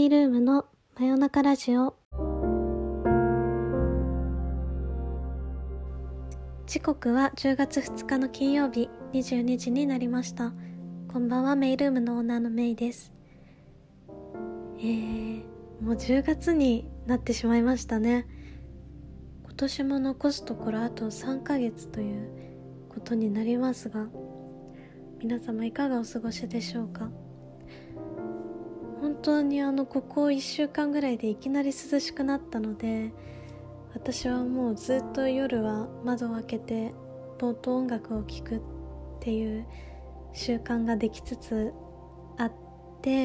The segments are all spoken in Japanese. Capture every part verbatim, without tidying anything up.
イルームの真夜中ラジオ。時刻はじゅうがつふつかの金曜日にじゅうにじになりました。こんばんは、メイルームのオーナーのメイです。えー、もうじゅうがつになってしまいましたね。今年も残すところあとさんかげつということになりますが、皆様いかがお過ごしでしょうか。本当にあのここいっしゅうかんぐらいでいきなり涼しくなったので、私はもうずっと夜は窓を開けてぼーっと音楽を聴くっていう習慣ができつつあって、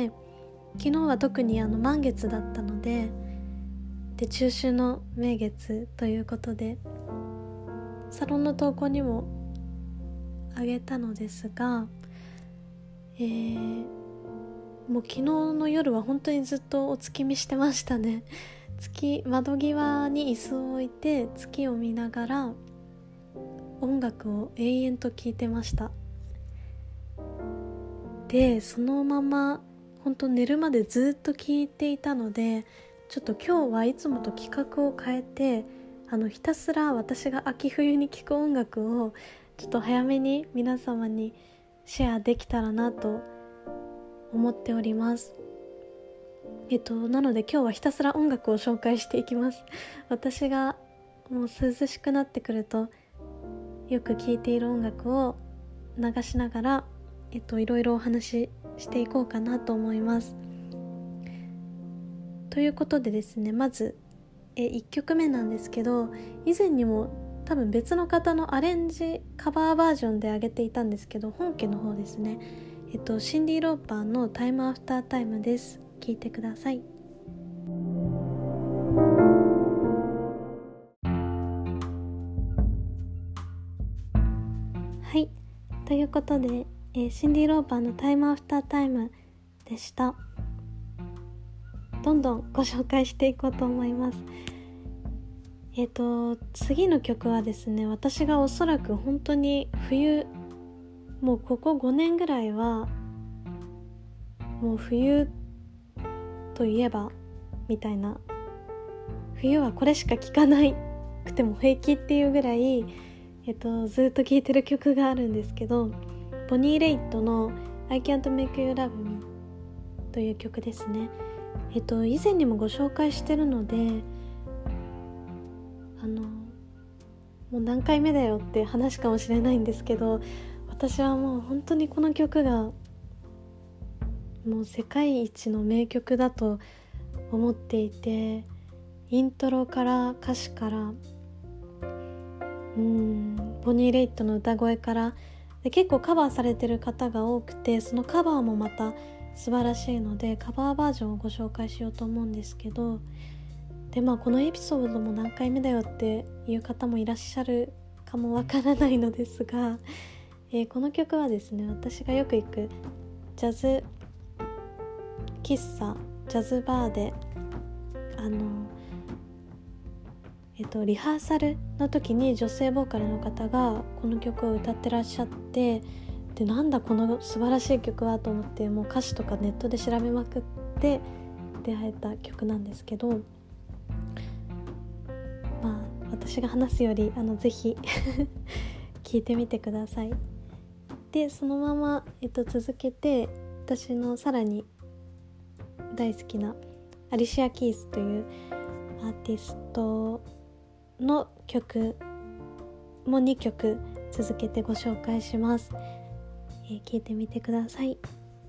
昨日は特にあの満月だったのでで中秋の名月ということでサロンの投稿にもあげたのですが、えー、もう昨日の夜は本当にずっとお月見してましたね。月窓際に椅子を置いて月を見ながら音楽を永遠と聴いてました。でそのまま本当寝るまでずっと聴いていたので、ちょっと今日はいつもと企画を変えてあのひたすら私が秋冬に聴く音楽をちょっと早めに皆様にシェアできたらなと思っております。えっとなので今日はひたすら音楽を紹介していきます。私がもう涼しくなってくるとよく聴いている音楽を流しながら、えっといろいろお話ししていこうかなと思います。ということでですね、まずえいっきょくめなんですけど、以前にも多分別の方のアレンジカバーバージョンで上げていたんですけど、本家の方ですね、えっとシンディ・ローパーのタイムアフタータイムです。聞いてください。はい、ということで、えー、シンディ・ローパーのタイムアフタータイムでした。どんどんご紹介していこうと思います。えっと次の曲はですね、私がおそらく本当に冬、もうここごねんぐらいはもう冬といえばみたいな、冬はこれしか聴かないくても平気っていうぐらい、えっと、ずっと聴いてる曲があるんですけど、ボニー・レイトの I Can't Make You Love Me という曲ですね。えっと以前にもご紹介してるので、あのもう何回目だよって話かもしれないんですけど、私はもう本当にこの曲がもう世界一の名曲だと思っていて、イントロから歌詞からうーんボニー・レイトの歌声からで、結構カバーされてる方が多くて、そのカバーもまた素晴らしいのでカバーバージョンをご紹介しようと思うんですけど、でまあこのエピソードも何回目だよっていう方もいらっしゃるかもわからないのですが、えー、この曲はですね、私がよく行くジャズ喫茶ジャズバーであのえっとリハーサルの時に女性ボーカルの方がこの曲を歌ってらっしゃって、でなんだこの素晴らしい曲はと思って、もう歌詞とかネットで調べまくって出会えた曲なんですけど、まあ私が話すよりあのぜひ聞いてみてください。でそのまま、えっと、続けて私のさらに大好きなアリシア・キースというアーティストの曲もにきょく続けてご紹介します。えー、聞いてみてください。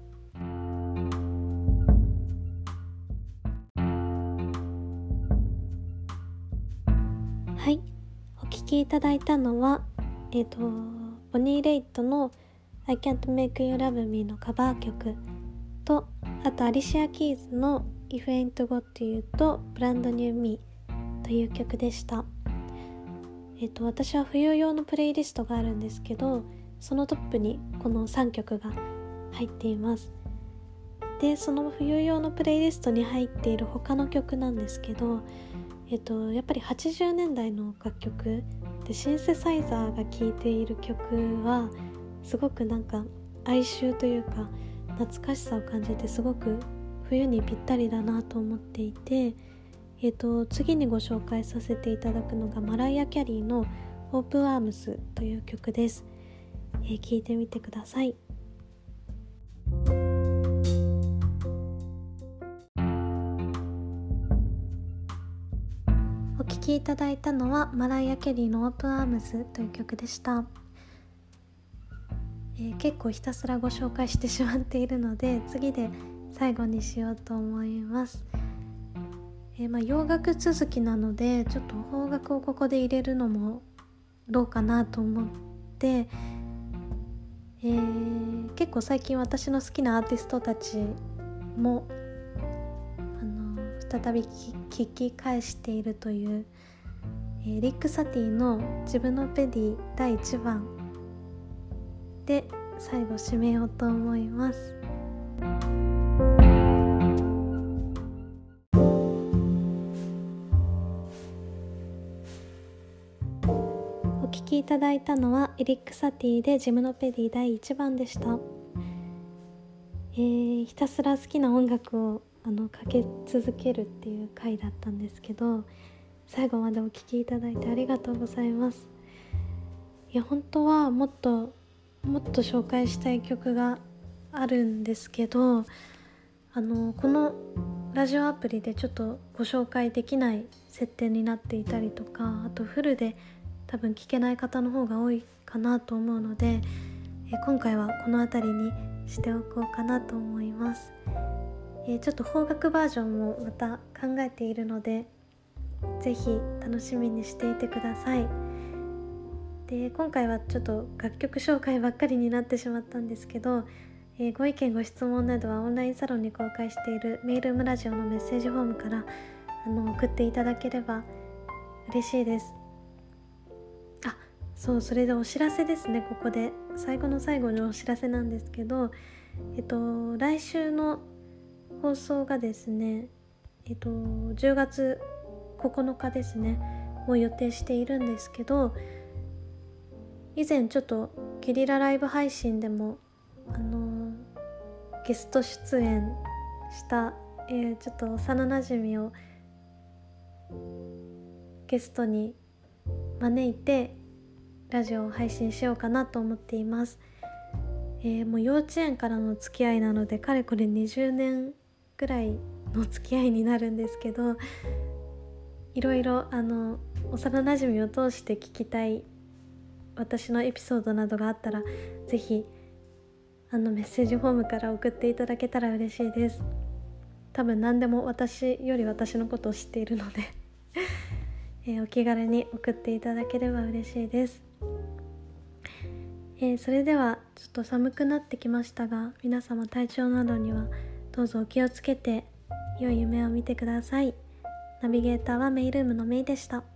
はい、お聴きいただいたのはえっとボニー・レイトの I Can't Make You Love Me のカバー曲と、あとアリシア・キーズの If Ain't Got You と Brand New Me という曲でした。えっと私は冬用のプレイリストがあるんですけど、そのトップにこのさんきょくが入っています。でその冬用のプレイリストに入っている他の曲なんですけど、えっとやっぱりはちじゅうねんだいの楽曲でシンセサイザーが聴いている曲はすごくなんか哀愁というか懐かしさを感じてすごく冬にぴったりだなと思っていて、えーと、次にご紹介させていただくのがマライア・キャリーのオープンアームスという曲です。えー、聴いてみてください。お聴きいただいたのはマライア・キャリーのオープンアームスという曲でした。えー、結構ひたすらご紹介してしまっているので、次で最後にしようと思います。えーまあ、洋楽続きなのでちょっと邦楽をここで入れるのもどうかなと思って、えー、結構最近私の好きなアーティストたちもあの再び聴き返しているという、えー、リック・サティの自分のペディだいいちばんで最後締めようと思います。お聴きいただいたのはエリック・サティでジムノペディだいいちばんでした。えー、ひたすら好きな音楽をあのかけ続けるっていう回だったんですけど、最後までお聴きいただいてありがとうございます。いや本当はもっともっと紹介したい曲があるんですけど、あのこのラジオアプリでちょっとご紹介できない設定になっていたりとか、あとフルで多分聞けない方の方が多いかなと思うので、え今回はこの辺りにしておこうかなと思います。えちょっと邦楽バージョンもまた考えているので、ぜひ楽しみにしていてください。で今回はちょっと楽曲紹介ばっかりになってしまったんですけど、えー、ご意見ご質問などはオンラインサロンに公開しているメールームラジオのメッセージフォームからあの送っていただければ嬉しいです。あ、そう、それでお知らせですね。ここで最後の最後のお知らせなんですけど、えっと来週の放送がですね、えっとじゅうがつここのかですねを予定しているんですけど、以前ちょっとゲリラライブ配信でもあのゲスト出演した、えー、ちょっと幼なじみをゲストに招いてラジオを配信しようかなと思っています。えー、もう幼稚園からの付き合いなのでかれこれにじゅうねんぐらいの付き合いになるんですけど、いろいろあの幼なじみを通して聞きたい私のエピソードなどがあったら、ぜひあのメッセージフォームから送っていただけたら嬉しいです。多分何でも私より私のことを知っているので、えー、お気軽に送っていただければ嬉しいです。えー、それではちょっと寒くなってきましたが、皆様体調などにはどうぞお気をつけて良い夢を見てください。ナビゲーターはメイルームのメイでした。